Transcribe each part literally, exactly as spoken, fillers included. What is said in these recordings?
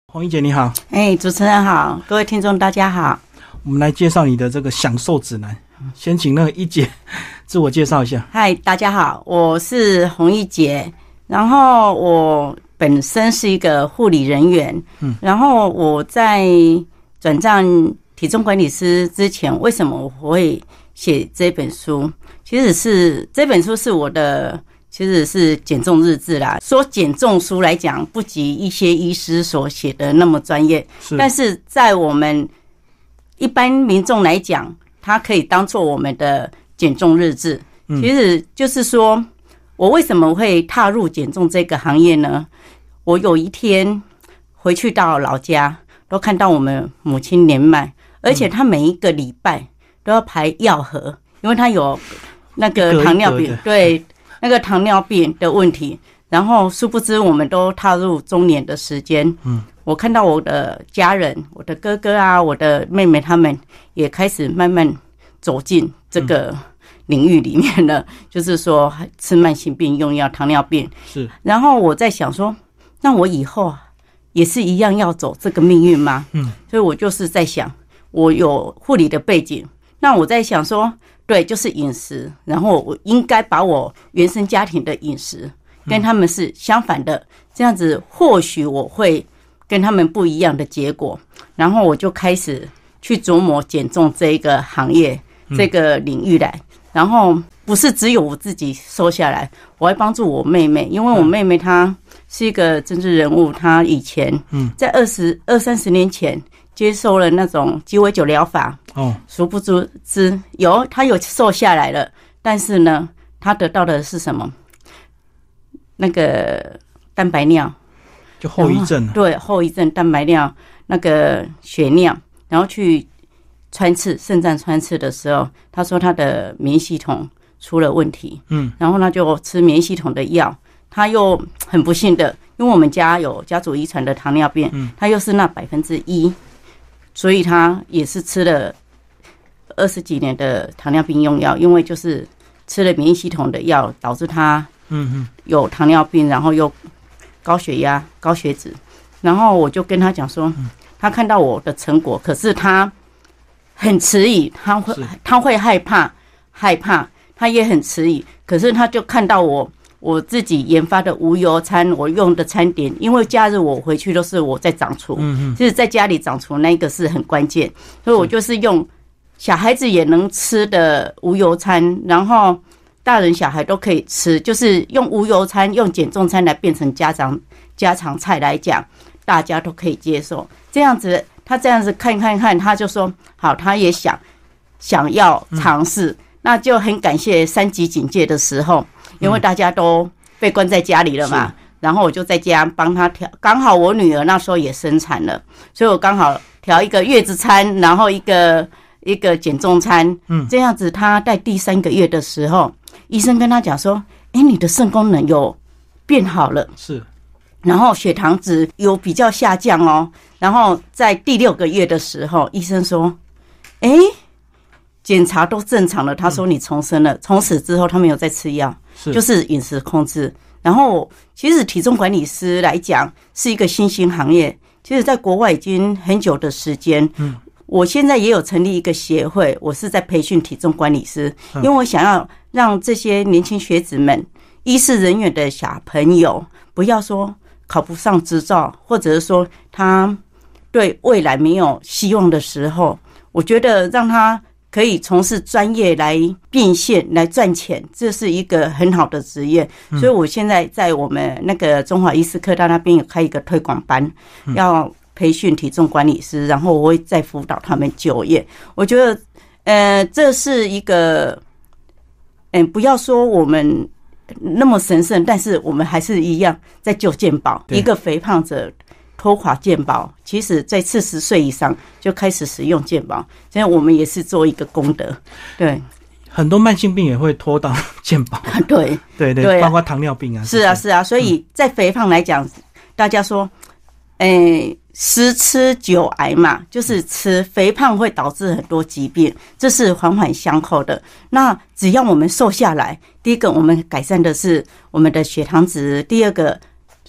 洪一姐你好。 哎，主持人好，各位听众大家好。 我们来介绍你的这个享受指南，先请那个一姐自我介绍一下。 嗨，大家好，我是洪一姐，然后我本身是一个护理人员，嗯，然后我在转战体重管理师之前，为什么我会写这本书？其实是这本书是我的。其实是减重日志啦，说减重书来讲，不及一些医师所写的那么专业，但是在我们一般民众来讲，它可以当做我们的减重日志。嗯、其实就是说，我为什么会踏入减重这个行业呢？我有一天回去到老家，都看到我们母亲年迈，而且她每一个礼拜都要排药盒，因为她有那个糖尿病，对。那个糖尿病的问题，然后殊不知我们都踏入中年的时间，嗯，我看到我的家人，我的哥哥啊，我的妹妹他们也开始慢慢走进这个领域里面了，嗯、就是说吃慢性病用药，糖尿病是。然后我在想说，那我以后也是一样要走这个命运吗？嗯，所以我就是在想，我有护理的背景，那我在想说。对，就是饮食，然后我应该把我原生家庭的饮食跟他们是相反的，这样子或许我会跟他们不一样的结果。然后我就开始去琢磨减重这一个行业、这个领域来。然后不是只有我自己瘦下来，我还帮助我妹妹，因为我妹妹她是一个政治人物，她以前在二十二三十年前。接受了那种鸡尾酒疗法，哦，殊不知有他有瘦下来了，但是呢，他得到的是什么？那个蛋白尿， 就后遗症。 对，后遗症蛋白尿，那个血尿，然后去穿刺肾脏穿刺的时候，他说他的免疫系统出了问题，嗯，然后他就吃免疫系统的药，他又很不幸的，因为我们家有家族遗传的糖尿病，嗯，他又是那百分之一。所以他也是吃了二十几年的糖尿病用药，因为就是吃了免疫系统的药，导致他有糖尿病，然后又高血压、高血脂。然后我就跟他讲说，他看到我的成果，可是他很迟疑，他会他会害怕，害怕，他也很迟疑。可是他就看到我。我自己研发的无油餐，我用的餐点，因为假日我回去都是我在掌厨，嗯嗯，就是在家里掌厨那个是很关键，所以我就是用小孩子也能吃的无油餐，然后大人小孩都可以吃，就是用无油餐、用减重餐来变成家常家常菜来讲，大家都可以接受。这样子，他这样子看看看，他就说好，他也想想要尝试，嗯、那就很感谢三级警戒的时候。因为大家都被关在家里了嘛，然后我就在家帮他调，刚好我女儿那时候也生产了，所以我刚好调一个月子餐，然后一个一个减重餐，嗯，这样子她在第三个月的时候，医生跟她讲说，哎，你的肾功能有变好了，是，然后血糖值有比较下降哦，然后在第六个月的时候，医生说，哎。检查都正常了，他说你重生了，嗯、从此之后他没有再吃药，是就是饮食控制。然后其实体重管理师来讲是一个新兴行业，其实在国外已经很久的时间。嗯，我现在也有成立一个协会，我是在培训体重管理师，因为我想要让这些年轻学子们、医事人员的小朋友不要说考不上执照，或者是说他对未来没有希望的时候，我觉得让他。可以从事专业来变现来赚钱，这是一个很好的职业。嗯、所以我现在在我们那个中华医师科大那边有开一个推广班，嗯、要培训体重管理师，然后我会再辅导他们就业。我觉得，呃，这是一个，嗯、呃，不要说我们那么神圣，但是我们还是一样在救健保，一个肥胖者。拖垮健保，其实在四十岁以上就开始使用健保，这样我们也是做一个功德。对， 很多慢性病也会拖到健保。 对对 对, 对、啊，包括糖尿病啊。 是啊是啊，所以在肥胖来讲，嗯、大家说，诶，十吃九癌嘛，就是吃肥胖会导致很多疾病，这是环环相扣的。那只要我们瘦下来，第一个我们改善的是我们的血糖值，第二个。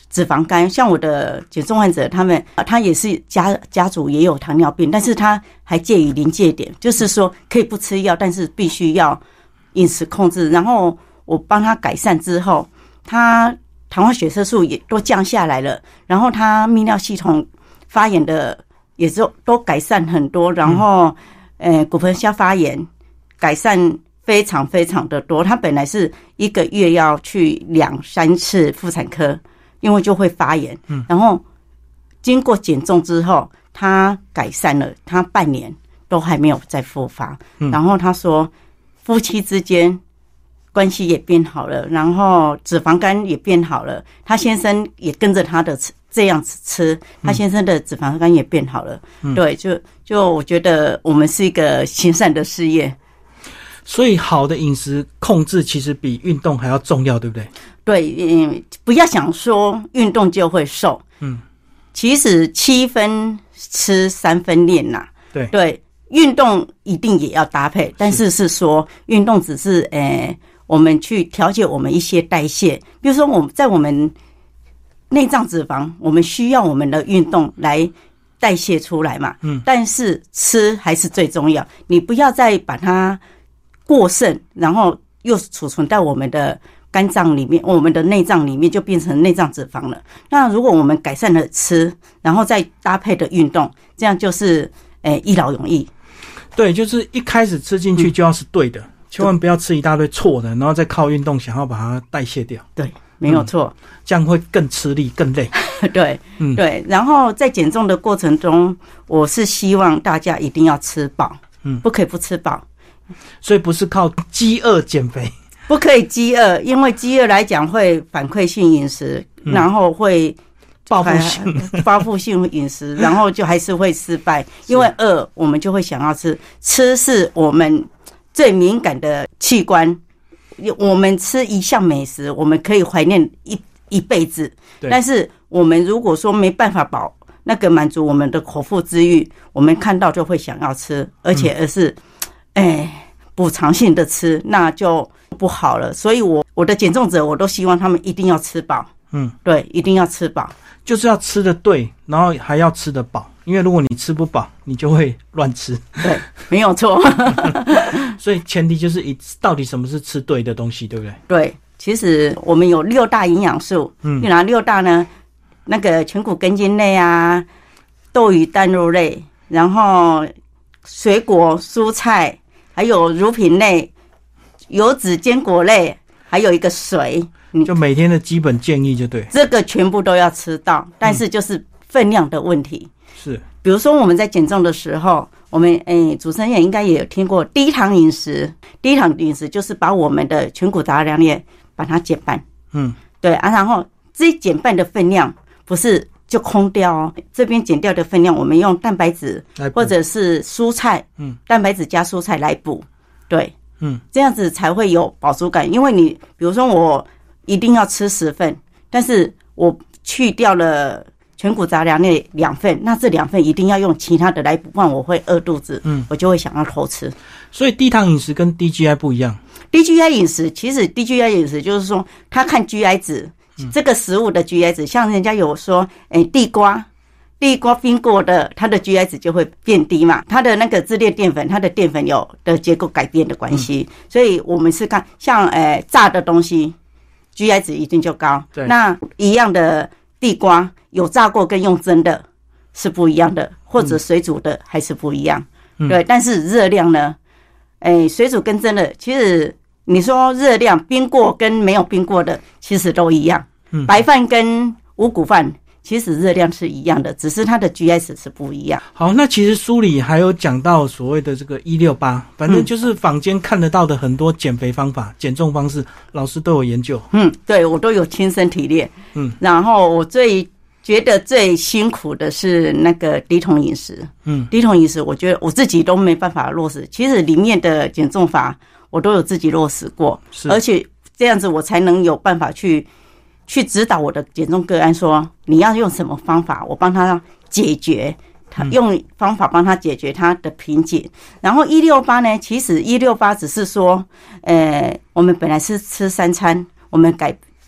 脂肪肝，像我的减重患者，他们他也是家家族也有糖尿病，但是他还介于临界点，就是说可以不吃药，但是必须要饮食控制。然后我帮他改善之后，他糖化血色素也都降下来了，然后他泌尿系统发炎的也都都改善很多，然后呃骨盆下发炎改善非常非常的多。他本来是一个月要去两三次妇产科，因为就会发炎，嗯，然后经过减重之后，他改善了，他半年都还没有再复发。嗯，然后他说，夫妻之间关系也变好了，然后脂肪肝也变好了，他先生也跟着他的吃这样子吃，他先生的脂肪肝也变好了。嗯，对，就就我觉得我们是一个行善的事业。 所以好的饮食控制其实比运动还要重要，对不对？ 对，嗯，不要想说运动就会瘦，嗯，其实七分吃三分练呐、啊。 对对，运动一定也要搭配，但是是说运动只是呃，我们去调节我们一些代谢，比如说我们在我们内脏脂肪，我们需要我们的运动来代谢出来嘛，嗯，但是吃还是最重要，你不要再把它过剩，然后又储存在我们的肝脏里面，我们的内脏里面就变成内脏脂肪了。那如果我们改善了吃，然后再搭配的运动，这样就是诶一劳永逸。 对，就是一开始吃进去就要是对的，嗯、千万不要吃一大堆错的，然后再靠运动想要把它代谢掉。 对，没有错、嗯， 这样会更吃力、更累。 对，嗯，对。然后在减重的过程中，我是希望大家一定要吃饱，嗯，不可以不吃饱。 所以不是靠饥饿减肥， 不可以饥饿，因为饥饿来讲会反馈性饮食，嗯、然后会报复性报复性饮食，然后就还是会失败。因为饿，我们就会想要吃，吃是我们最敏感的器官。我们吃一项美食，我们可以怀念一一辈子，但是我们如果说没办法饱，那个满足我们的口腹之欲，我们看到就会想要吃，而且而是。嗯哎，补偿性的吃那就不好了，所以我我的减重者我都希望他们一定要吃饱，嗯，对，一定要吃饱， 就是要吃得对，然后还要吃得饱，因为如果你吃不饱，你就会乱吃， 对，没有错。 所以前提就是以到底什么是吃对的东西，对不对？ 对，其实我们有六大营养素，嗯，哪六大呢？那个全谷根茎类啊，豆鱼蛋肉类，然后水果蔬菜。还有乳品类、油脂坚果类，还有一个水， 就每天的基本建议就对。 这个全部都要吃到，但是就是分量的问题。 是、嗯， 比如说我们在减重的时候，我们诶、欸，主持人也应该也有听过低糖饮食。低糖饮食就是把我们的全谷杂粮类把它减半。嗯，对啊，然后这减半的分量不是。就空掉哦，这边减掉的分量，我们用蛋白质或者是蔬菜，嗯，蛋白质加蔬菜来补，对，嗯，这样子才会有饱足感。因为你比如说我一定要吃十份，但是我去掉了全谷杂粮类两份，那这两份一定要用其他的来补，不然我会饿肚子，嗯，我就会想要偷吃。 所以低糖饮食跟低 G I 不一样。 低 G I 饮食其实低 G I 饮食就是说，他看 G I 值。这个食物的 G I 值，像人家有说，诶、欸，地瓜，地瓜冰过的，它的 G I 值就会变低嘛。它的那个自链淀粉，它的淀粉有的结构改变的关系，嗯、所以我们是看像诶、欸、炸的东西 ，G I 值一定就高。 对， 那一样的地瓜，有炸过跟用蒸的是不一样的，或者水煮的还是不一样。嗯、对，但是热量呢，诶、欸，水煮跟蒸的其实。你说热量冰过跟没有冰过的其实都一样，嗯，白饭跟五谷饭其实热量是一样的，只是它的 G I 值是不一样。 好，那其实书里还有讲到所谓的这个一六八，反正就是坊间看得到的很多减肥方法、减重方式，老师都有研究。 嗯，对，我都有亲身体验。嗯，然后我最觉得最辛苦的是那个低酮饮食。嗯，低酮饮食，我觉得我自己都没办法落实。其实里面的减重法。我都有自己落实过，而且这样子我才能有办法去去指导我的减重个案，说你要用什么方法，我帮他解决，他用方法帮他解决他的瓶颈。然后一六八呢，其实一六八只是说，呃，我们本来是吃三餐，我们改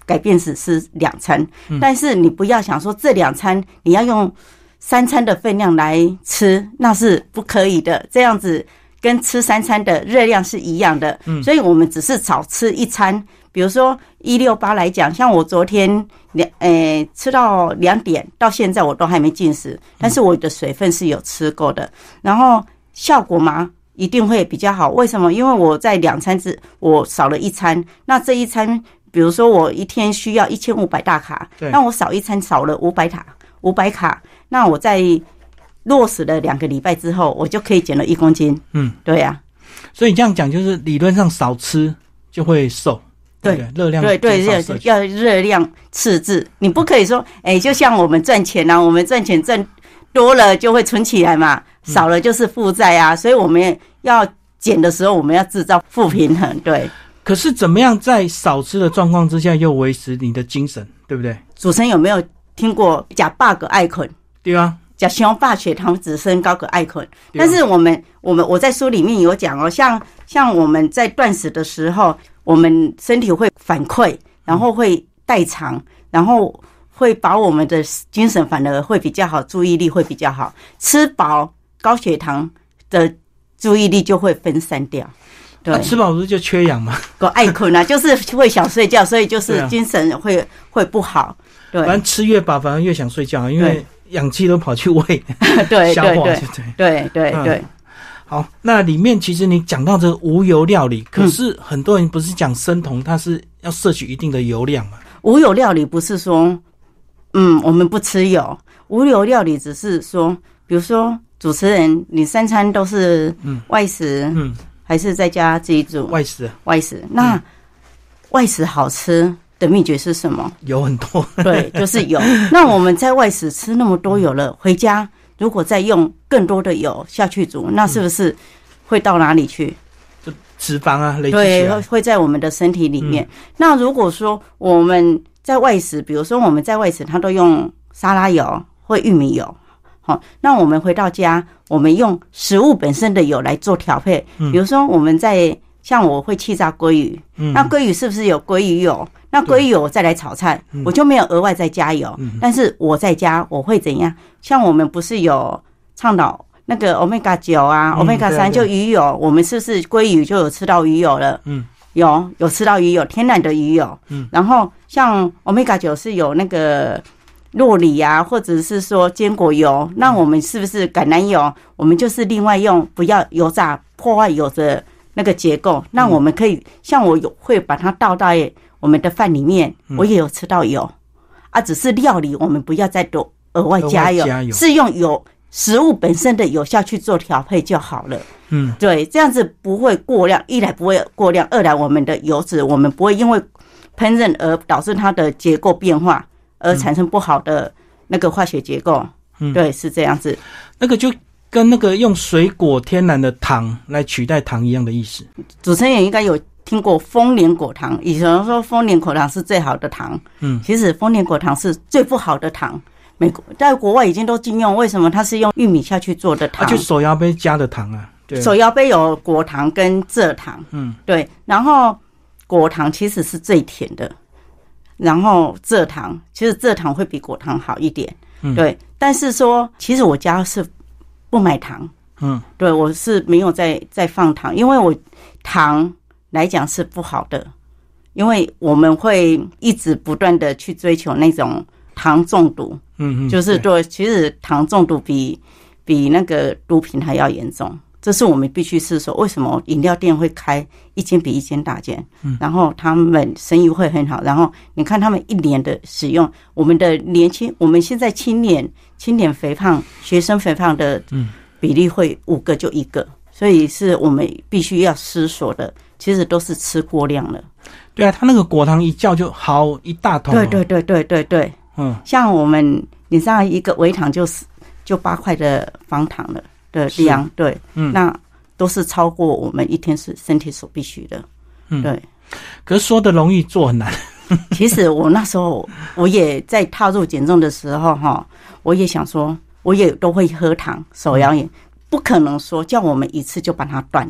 改变只吃两餐，嗯、但是你不要想说这两餐你要用三餐的分量来吃，那是不可以的。这样子跟吃三餐的热量是一样的，嗯、所以我们只是少吃一餐。比如说一六八来讲，像我昨天两呃吃到两点到现在我都还没进食，但是我的水分是有吃够的，然后效果嘛一定会比较好。为什么？因为我在两餐之我少了一餐，那这一餐比如说我一天需要一千五百大卡，那我少一餐少了五百卡，五百卡，那我在落实了两个礼拜之后，我就可以减了一公斤。嗯，对呀、啊。 所以这样讲就是理论上少吃就会瘦。对，热量对对要热量赤字，你不可以说，哎、欸，就像我们赚钱啊，我们赚钱赚多了就会存起来嘛，少了就是负债啊，所以我们要减的时候，我们要制造负平衡。对。 可是怎么样在少吃的状况之下又维持你的精神，对不对？ 主持人有没有听过假八个爱困？ 对啊。 假胸霸血糖只升高个爱困，但是我们我们我在书里面有讲哦，像像我们在断食的时候，我们身体会反馈，然后会代偿，然后会把我们的精神反而会比较好，注意力会比较好。吃饱高血糖的注意力就会分散掉。对， 啊、吃饱不是就缺氧吗？ 个爱困啊，就是会想睡觉，所以就是精神会、啊、会不好。对， 反正吃越饱，反而越想睡觉，因为氧气都跑去胃对消化， 对对对对、嗯。 好，那里面其实你讲到这个无油料理，可是很多人不是讲生酮，它是要摄取一定的油量嘛？ 无油料理不是说，嗯，我们不吃油，无油料理只是说，比如说主持人，你三餐都是外食，嗯，嗯还是在家自己煮？ 外食， 外食。那、嗯、外食好吃的秘诀是什么？ 油很多， 对，就是油。那我们在外食吃那么多油了，回家如果再用更多的油下去煮，那是不是会到哪里去？ 就脂肪啊，累积起来， 对，会在我们的身体里面。嗯、那如果说我们在外食，比如说我们在外食，它都用沙拉油或玉米油，好，那我们回到家，我们用食物本身的油来做调配。嗯、比如说我们在像我会气炸鲑鱼，嗯、那鲑鱼是不是有鲑鱼油？那鲑鱼油我再来炒菜，我就没有额外再加油。嗯、但是我在家我会怎样？像我们不是有倡导那个 omega 九啊、嗯、omega 三就鱼油，我们是不是鲑鱼就有吃到鱼油了？嗯，有有吃到鱼油，天然的鱼油。嗯，然后像 omega 九是有那个酪梨啊，或者是说坚果油，那我们是不是橄榄油？我们就是另外用，不要油炸破坏油的那个结构。那我们可以、嗯、像我有会把它倒在我们的饭里面，我也有吃到油、嗯、啊，只是料理我们不要再多额外加油，加油是用油食物本身的有效去做调配就好了。嗯，对，这样子不会过量，一来不会过量，二来我们的油脂我们不会因为烹饪而导致它的结构变化，而产生不好的那个化学结构。嗯，对，是这样子。 那个就跟那个用水果天然的糖来取代糖一样的意思。 主持人也应该有听过丰年果糖，以前说丰年果糖是最好的糖，嗯，其实丰年果糖是最不好的糖。美国在国外已经都禁用，为什么？它是用玉米下去做的糖， 啊，就手摇杯加的糖啊。对， 手摇杯有果糖跟蔗糖，嗯，对。然后果糖其实是最甜的，然后蔗糖其实蔗糖会比果糖好一点，嗯，对。但是说，其实我家是不买糖，嗯，对，我是没有在在放糖，因为我糖来讲是不好的，因为我们会一直不断的去追求那种糖中毒，嗯嗯，就是对，其实糖中毒比比那个毒品还要严重，这是我们必须是说，为什么饮料店会开一间比一间大间，嗯，然后他们生意会很好，然后你看他们一年的使用，我们的年轻，我们现在青年青年肥胖、学生肥胖的比例会五个就一个，所以是我们必须要思索的，其实都是吃过量了。 对啊，他那个果糖一叫就好一大桶， 对对对对对对。嗯，像我们你知道一个微糖就是就八块的方糖了的量，对，嗯，那都是超过我们一天是身体所必须的，嗯，对。 可是说的容易做很难。 其实我那时候我也在踏入减重的时候哈，我也想说，我也都会喝糖，手摇饮，不可能说叫我们一次就把它断。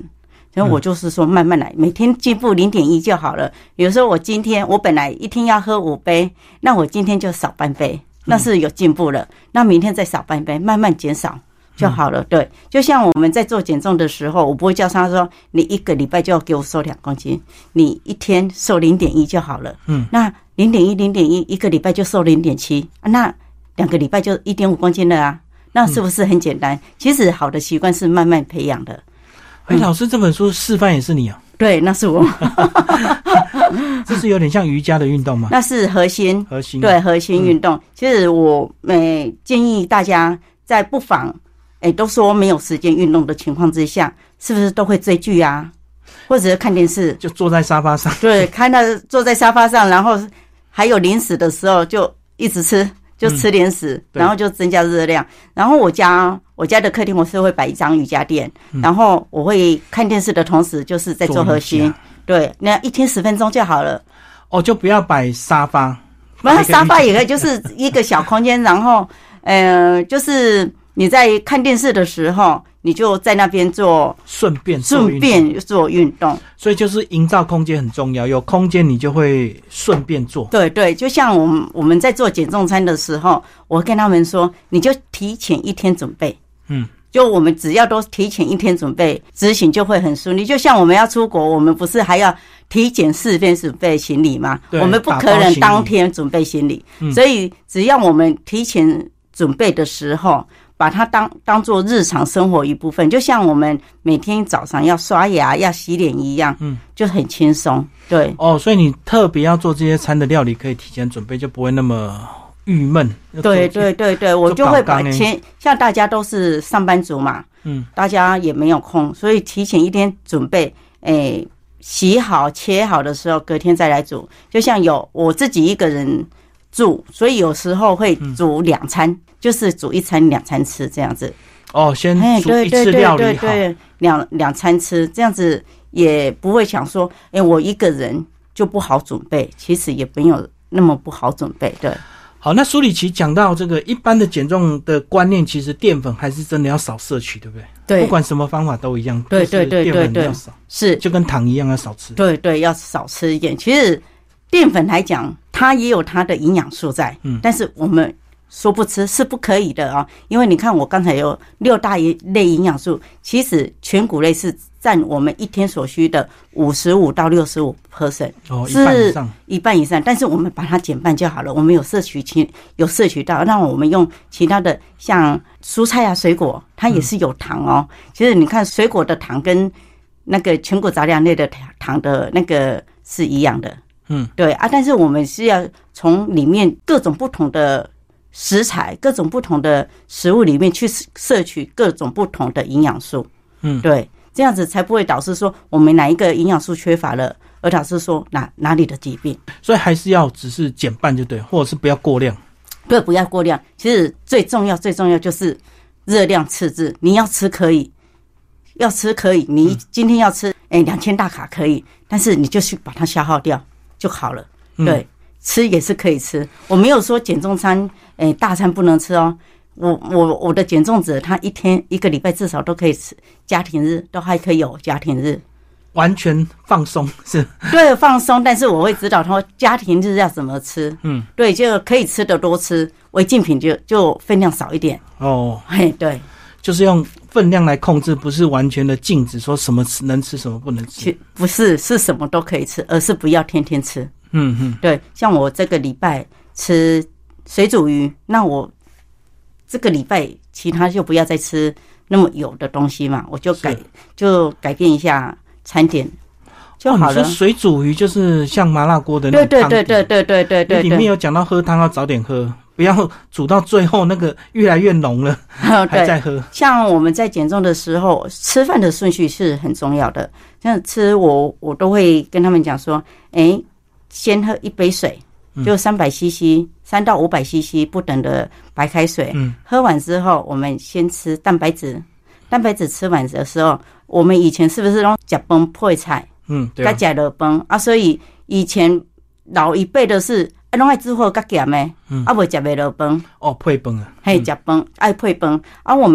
所以我就是说慢慢来，每天进步零点一就好了。比如说我今天我本来一天要喝五杯，那我今天就少半杯，那是有进步了。那明天再少半杯，慢慢减少就好了。对，就像我们在做减重的时候，我不会叫他说你一个礼拜就要给我瘦两公斤，你一天瘦零点一就好了。嗯，那零点一零点一一个礼拜就瘦零点七，那两个礼拜就一点五公斤了啊。那是不是很简单？其实好的习惯是慢慢培养的。 哎、欸，老师这本书示范也是你啊？ 对，那是我。 这是有点像瑜伽的运动吗？ 那是核心， 核心对核心运动。嗯、其实我呃建议大家在不妨哎、欸、都说没有时间运动的情况之下，是不是都会追剧啊，或者是看电视？ 就坐在沙发上。 对，看到坐在沙发上，然后还有零食的时候就一直吃。就吃零食、嗯，然后就增加热量。然后我家我家的客厅我是会摆一张瑜伽垫、嗯，然后我会看电视的同时就是在做核心。对，那一天十分钟就好了。 哦，就不要摆沙发。 那沙发也可以，就是一个小空间，然后呃，就是你在看电视的时候，你就在那边做， 顺便顺便做运动。 所以就是营造空间很重要，有空间你就会顺便做。 对对，就像我们我们在做减重餐的时候，我跟他们说，你就提前一天准备。嗯，就我们只要都提前一天准备，执行就会很顺利。就像我们要出国，我们不是还要提前四天准备行李吗？我们不可能当天准备行李，嗯、所以只要我们提前准备的时候，把它当当做日常生活一部分，就像我们每天早上要刷牙、要洗脸一样，嗯，就很轻松。对， 哦，所以你特别要做这些餐的料理，可以提前准备，就不会那么郁闷。 对对对对，我就会把前像大家都是上班族嘛，嗯，大家也没有空，所以提前一天准备，诶，洗好切好的时候，隔天再来煮。就像有我自己一个人住，所以有时候会煮两餐。嗯，就是煮一餐两餐吃这样子。 哦，先煮一次料理好， 对对对对对，两两餐吃这样子，也不会想说，哎、欸，我一个人就不好准备，其实也没有那么不好准备。对， 好，那苏里奇讲到这个一般的减重的观念，其实淀粉还是真的要少摄取，对不对？ 对， 不管什么方法都一样。 对对对对对， 要少， 是就跟糖一样要少吃。 对对，要少吃一点。其实淀粉来讲，它也有它的营养素在，嗯，但是我们说不吃是不可以的啊、哦，因为你看我刚才有六大类营养素，其实全谷类是占我们一天所需的五十五到六十五 percent， 哦，一半以上， 一半以上。但是我们把它减半就好了，我们有摄取其有摄取到，那我们用其他的像蔬菜啊、水果，它也是有糖哦。嗯、其实你看水果的糖跟那个全谷杂粮类的糖的那个是一样的，嗯，对啊。但是我们是要从里面各种不同的食材、各种不同的食物里面去摄取各种不同的营养素，嗯，对，这样子才不会导致说我们哪一个营养素缺乏了，而导致说哪哪里的疾病。 所以还是要只是减半就对，或者是不要过量。 对，不要过量。其实最重要、最重要就是热量赤字。你要吃可以，要吃可以，你今天要吃，哎，两千大卡可以，但是你就去把它消耗掉就好了。对。嗯，吃也是可以吃，我没有说减重餐，诶，大餐不能吃哦。我我我的减重者，他一天一个礼拜至少都可以吃，家庭日都还可以有家庭日， 完全放松是。 对，放松，但是我会指导他家庭日要怎么吃。嗯，对，就可以吃的多吃，违禁品就就分量少一点。哦，嘿，对， 就是用分量来控制，不是完全的禁止说什么吃能吃什么不能吃。 不是，是什么都可以吃，而是不要天天吃。嗯嗯，对，像我这个礼拜吃水煮鱼，那我这个礼拜其他就不要再吃那么油的东西嘛，我就改就改变一下餐点就好了。 哦，你说水煮鱼就是像麻辣锅的那种汤底， 对对对对对对对， 里面有讲到喝汤要早点喝，不要煮到最后那个越来越浓了还在喝。 像我们在减重的时候，吃饭的顺序是很重要的。像吃我我都会跟他们讲说，哎，先喝一杯水，就三百 C C， 三到五百 C C 不等的白开水。嗯，喝完之后，我们先吃蛋白质。蛋白质吃完的时候，我们以前是不是都吃饭配菜？嗯，对，该吃落饭啊。所以以前老一辈的是啊，拢爱煮好较咸的，嗯，啊，袂食袂落饭。 哦，配饭啊， 嘿，食饭爱配饭啊。我们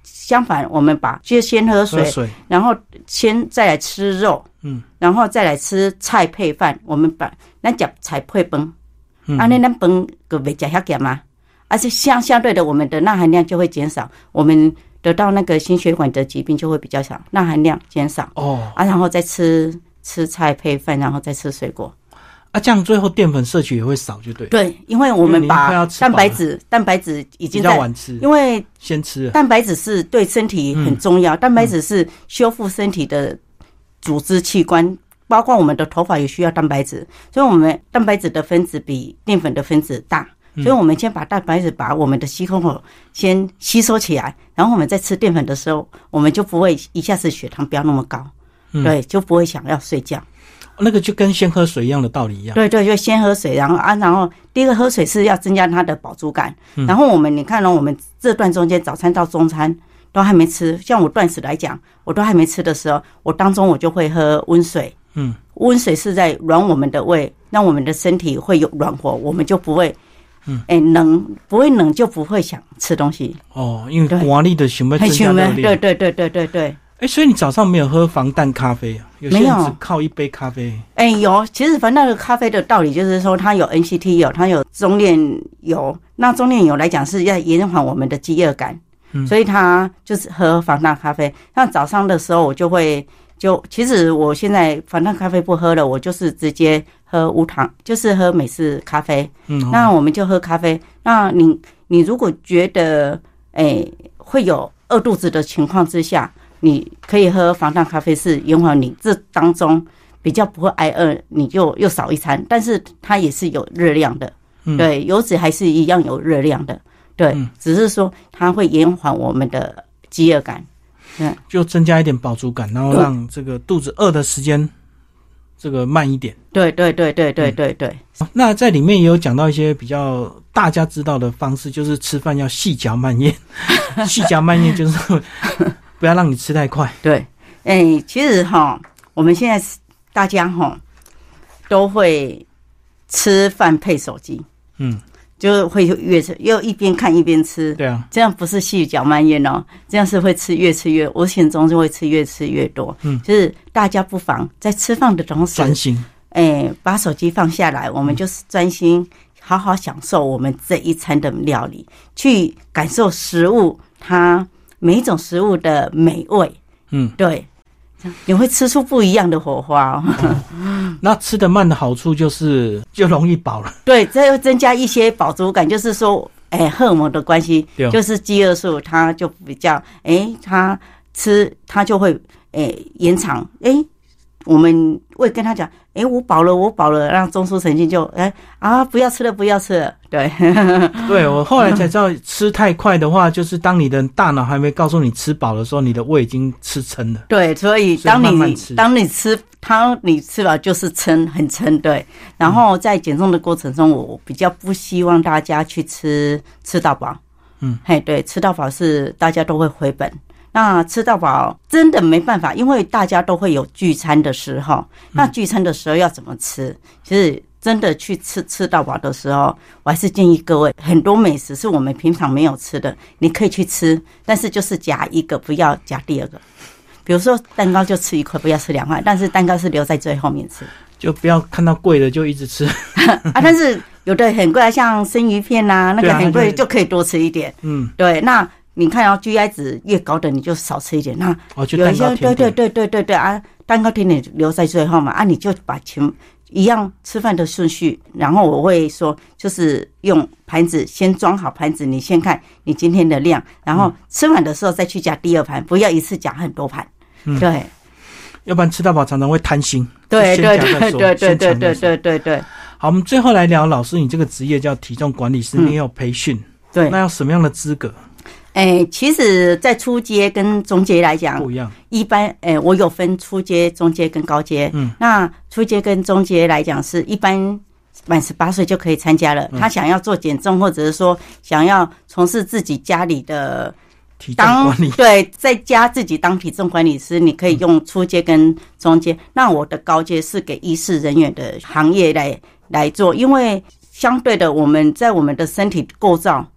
相反，我们把就先喝水， 喝水然后先再来吃肉，嗯，然后再来吃菜配饭。我们把咱吃菜配饭，嗯，啊，那咱饭个袂吃遐咸嘛，而且相相对的，我们的钠含量就会减少，我们得到那个心血管的疾病就会比较少，钠含量减少哦，啊，然后再吃吃菜配饭，然后再吃水果。 啊，这样最后淀粉摄取也会少，就对。 对，因为我们把蛋白质，蛋白质已经在比较晚吃， 因为先吃蛋白质是对身体很重要，嗯、蛋白质是修复身体的组织器官，包括我们的头发也需要蛋白质，所以我们蛋白质的分子比淀粉的分子大，所以我们先把蛋白质把我们的吸空口先吸收起来，然后我们在吃淀粉的时候，我们就不会一下子血糖飙那么高，嗯、对，就不会想要睡觉。 那个就跟先喝水一样的道理一样。 对对，就先喝水，然后啊，然后第一个喝水是要增加它的饱足感。嗯、然后我们你看呢、哦，我们这段中间早餐到中餐都还没吃，像我断食来讲，我都还没吃的时候，我当中我就会喝温水。嗯，温水是在暖我们的胃，让我们的身体会有暖和，我们就不会，嗯，哎冷不会冷就不会想吃东西。 哦，因为寒力的想要增加热量。 对对对对对对。 哎，所以你早上没有喝防弹咖啡啊？有些人只靠一杯咖啡。 哎，有，其实防弹的咖啡的道理就是说，它有 N C T 油，它有中链油。那中链油来讲是要延缓我们的饥饿感，嗯、所以它就是喝防弹咖啡。那早上的时候我就会就，其实我现在防弹咖啡不喝了，我就是直接喝无糖，就是喝美式咖啡。嗯，那我们就喝咖啡。那你你如果觉得哎会有饿肚子的情况之下，你可以喝防弹咖啡，是延缓你这当中比较不会挨饿，你就又少一餐，但是它也是有热量的，嗯、对，油脂还是一样有热量的，对，嗯、只是说它会延缓我们的饥饿感， 嗯，就增加一点饱足感，然后让这个肚子饿的时间这个慢一点。 对对对对对对对。 嗯、那在里面也有讲到一些比较大家知道的方式，就是吃饭要细嚼慢咽，细嚼慢咽就是。不要让你吃太快。 对，哎、欸，其实哈，我们现在大家哈都会吃饭配手机，嗯，就会越吃又一边看一边吃。 对啊， 这样不是细嚼慢咽哦，这样是会吃越吃越，无形中就会吃越吃越多。嗯，就是大家不妨在吃饭的同时专心， 哎、欸，把手机放下来，我们就是专心好好享受我们这一餐的料理，去感受食物它。每一种食物的美味，嗯，对，你会吃出不一样的火花哦。 哦那吃得慢的好处就是就容易饱了。 对，这又增加一些饱足感，就是说，哎、欸，荷尔蒙的关系，就是饥饿素，它就比较，哎、欸，它吃它就会，哎、欸，延长，哎、欸，我们会跟他讲，哎、欸，我饱了，我饱了，让中枢神经就，哎、欸、啊，不要吃了，不要吃了。对， 对我后来才知道，吃太快的话，就是当你的大脑还没告诉你吃饱的时候，你的胃已经吃撑了。 对，所以当你慢慢吃当你吃当你吃饱就是撑，很撑。对，然后在减重的过程中，我比较不希望大家去吃吃到饱。嗯，嘿，对，吃到饱是大家都会回本。那吃到饱真的没办法，因为大家都会有聚餐的时候。那聚餐的时候要怎么吃？其实真的去吃吃到饱的时候，我还是建议各位，很多美食是我们平常没有吃的，你可以去吃，但是就是夹一个，不要夹第二个。比如说蛋糕就吃一块，不要吃两块，但是蛋糕是留在最后面吃， 就不要看到贵的就一直吃啊。但是有的很贵，像生鱼片啊，那个很贵就可以多吃一点。嗯，对，那。你看哦 ，G I 值越高的你就少吃一点。那有一些对对对对对对啊，蛋糕甜点留在最后嘛啊，你就把钱一样吃饭的顺序，然后我会说，就是用盘子先装好盘子，你先看你今天的量，然后吃完的时候再去夹第二盘，不要一次夹很多盘。嗯，对， 要不然吃到饱常常会贪心。 对对对对对对对对对对。 好，我们最后来聊老师，你这个职业叫体重管理师，你也有培训，对，那要什么样的资格？ 哎、欸，其实，在初阶跟中阶来讲不一样。 一般，哎、欸，我有分初阶、中阶跟高阶。嗯，那初阶跟中阶来讲，是一般满十八岁就可以参加了。嗯、他想要做减重，或者是说想要从事自己家里的体重管理， 对，在家自己当体重管理师，你可以用初阶跟中阶。嗯、那我的高阶是给医事人员的行业来来做，因为相对的，我们在我们的身体构造。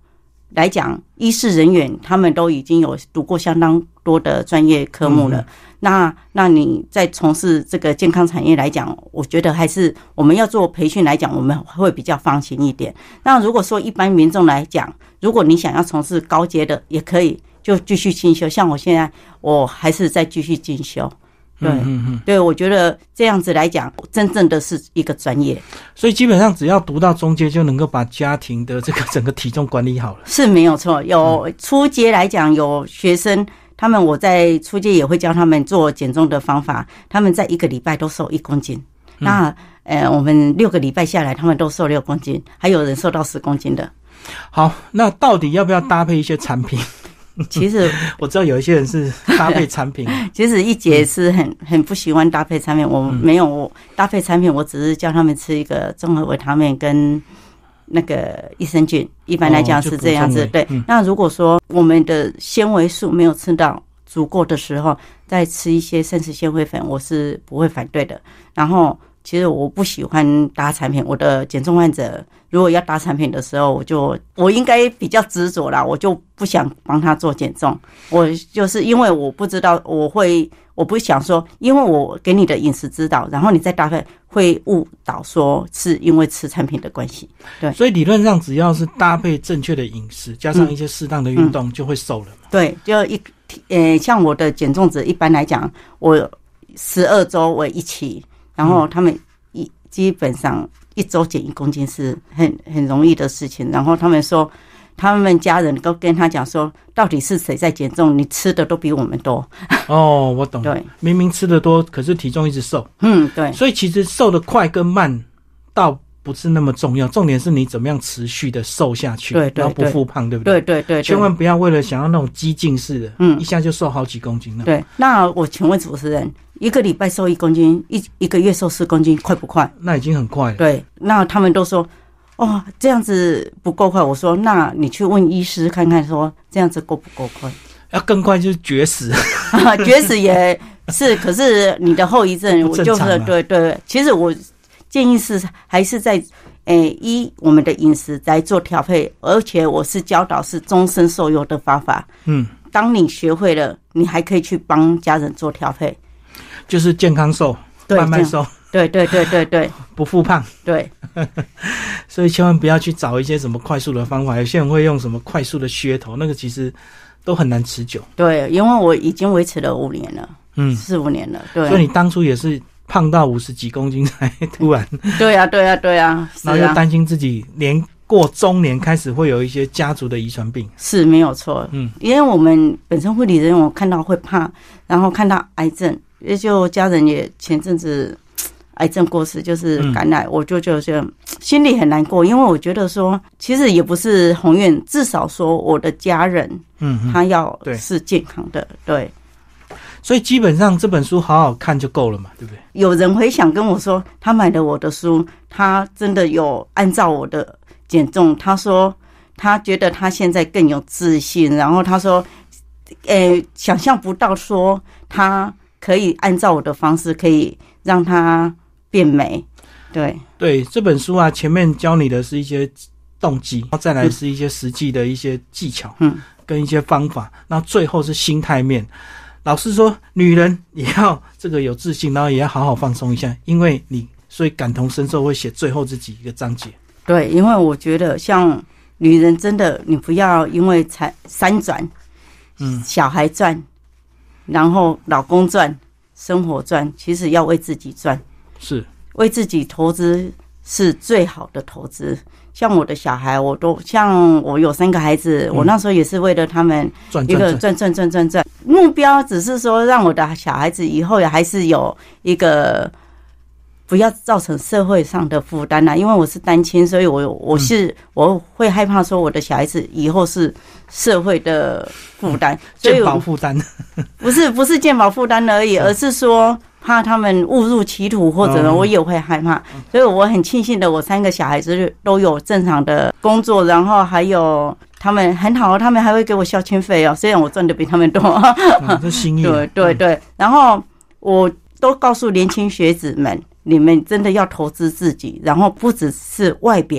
来讲，医事人员他们都已经有读过相当多的专业科目了。嗯、那那你在从事这个健康产业来讲，我觉得还是我们要做培训来讲，我们会比较放心一点。那如果说一般民众来讲，如果你想要从事高阶的，也可以就继续进修。像我现在，我还是在继续进修。对，嗯嗯，对，我觉得这样子来讲，真正的是一个专业。 所以基本上只要读到中阶，就能够把家庭的这个整个体重管理好了。 是没有错。有初阶来讲，有学生他们，我在初阶也会教他们做减重的方法，他们在一个礼拜都瘦一公斤。嗯、那呃，我们六个礼拜下来，他们都瘦六公斤，还有人瘦到十公斤的。 好，那到底要不要搭配一些产品？ 其实我知道有一些人是搭配产品， 其实一姐是很很不喜欢搭配产品，我没有我搭配产品，我只是叫他们吃一个综合维他命跟那个益生菌，一般来讲是这样子。哦、对、嗯，那如果说我们的纤维素没有吃到足够的时候，再吃一些膳食纤维粉，我是不会反对的。然后其实我不喜欢搭产品，我的减重患者如果要搭产品的时候，我就我应该比较执着啦，我就不想帮他做减重。我就是因为我不知道，我会我不想说，因为我给你的饮食指导，然后你再搭配，会误导说是因为吃产品的关系。对， 所以理论上只要是搭配正确的饮食，加上一些适当的运动，就会瘦了嘛、嗯嗯。 对，就一呃，像我的减重者，一般来讲，我十二周为一期。然后他们一基本上一周减一公斤是很很容易的事情。然后他们说，他们家人都跟他讲说，到底是谁在减重？你吃的都比我们多。 哦，我懂。 对， 明明吃的多，可是体重一直瘦。 嗯，对。 所以其实瘦的快跟慢倒不是那么重要，重点是你怎么样持续的瘦下去， 对对对， 然后不复胖，对不对？ 对对 对, 对， 千万不要为了想要那种激进式的，嗯，一下就瘦好几公斤了。 对，那我请问主持人，一个礼拜瘦一公斤，一一个月瘦四公斤，快不快？ 那已经很快了。 对，那他们都说，哦，这样子不够快。我说，那你去问医师看看，说这样子够不够快？ 要更快就是绝食， 绝食也是，可是你的后遗症，我就是对对。其实我建议是还是在诶依我们的饮食来做调配，而且我是教导是终身受用的方法。嗯，当你学会了，你还可以去帮家人做调配。 就是健康瘦，慢慢瘦， 对对对对对， 不复胖， 对。 所以千万不要去找一些什么快速的方法，有些人会用什么快速的噱头，那个其实都很难持久。 对，因为我已经维持了五年了，嗯，四五年了，对。 所以你当初也是胖到五十几公斤才突然， 对啊对啊对啊， 然后又担心自己连过中年开始会有一些家族的遗传病， 是没有错，嗯，因为我们本身护理人员，我看到会怕，然后看到癌症。也就家人也前阵子癌症过世，就是感染，嗯、我就觉得心里很难过，因为我觉得说，其实也不是宏愿，至少说我的家人，嗯，他要是健康的，对。 所以基本上这本书好好看就够了嘛，对不对？ 有人回想跟我说，他买了我的书，他真的有按照我的减重，他说他觉得他现在更有自信，然后他说，呃，想象不到说他。可以按照我的方式，可以让它变美。对对，这本书啊，前面教你的是一些动机，然后再来是一些实际的一些技巧，嗯，跟一些方法，然后最后是心态面。老师说，女人也要这个有自信，然后也要好好放松一下，因为你所以感同身受会写最后这几个章节。 对，因为我觉得像女人真的，你不要因为才三转，嗯，小孩赚。然后老公赚，生活赚，其实要为自己赚， 是为自己投资是最好的投资。像我的小孩，我都像我有三个孩子，嗯、我那时候也是为了他们一个赚赚赚赚赚，目标只是说让我的小孩子以后也还是有一个。不要造成社会上的负担啦，因为我是单亲，所以我我是、嗯、我会害怕说我的小孩子以后是社会的负担， 健保负担， 不是不是健保负担而已，而是说怕他们误入歧途或者呢，我也会害怕，所以我很庆幸的，我三个小孩子都有正常的工作，然后还有他们很好，他们还会给我孝亲费哦，虽然我赚的比他们多， 嗯、这心意， 对对对，嗯、然后我都告诉年轻学子们。你们真的要投资自己，然后不只是外表，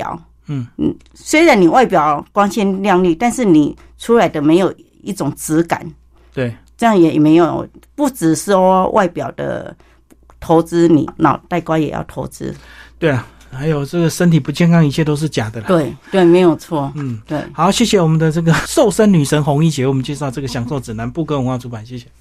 嗯嗯，虽然你外表光鲜亮丽，但是你出来的没有一种质感。 对， 这样也没有，不只是说外表的投资，你脑袋瓜也要投资。 对啊。还有这个身体不健康，一切都是假的啦。 对对，没有错。 嗯， 对。 好，谢谢我们的这个瘦身女神洪一姐为我们介绍这个享受指南，布格文化出版，谢谢。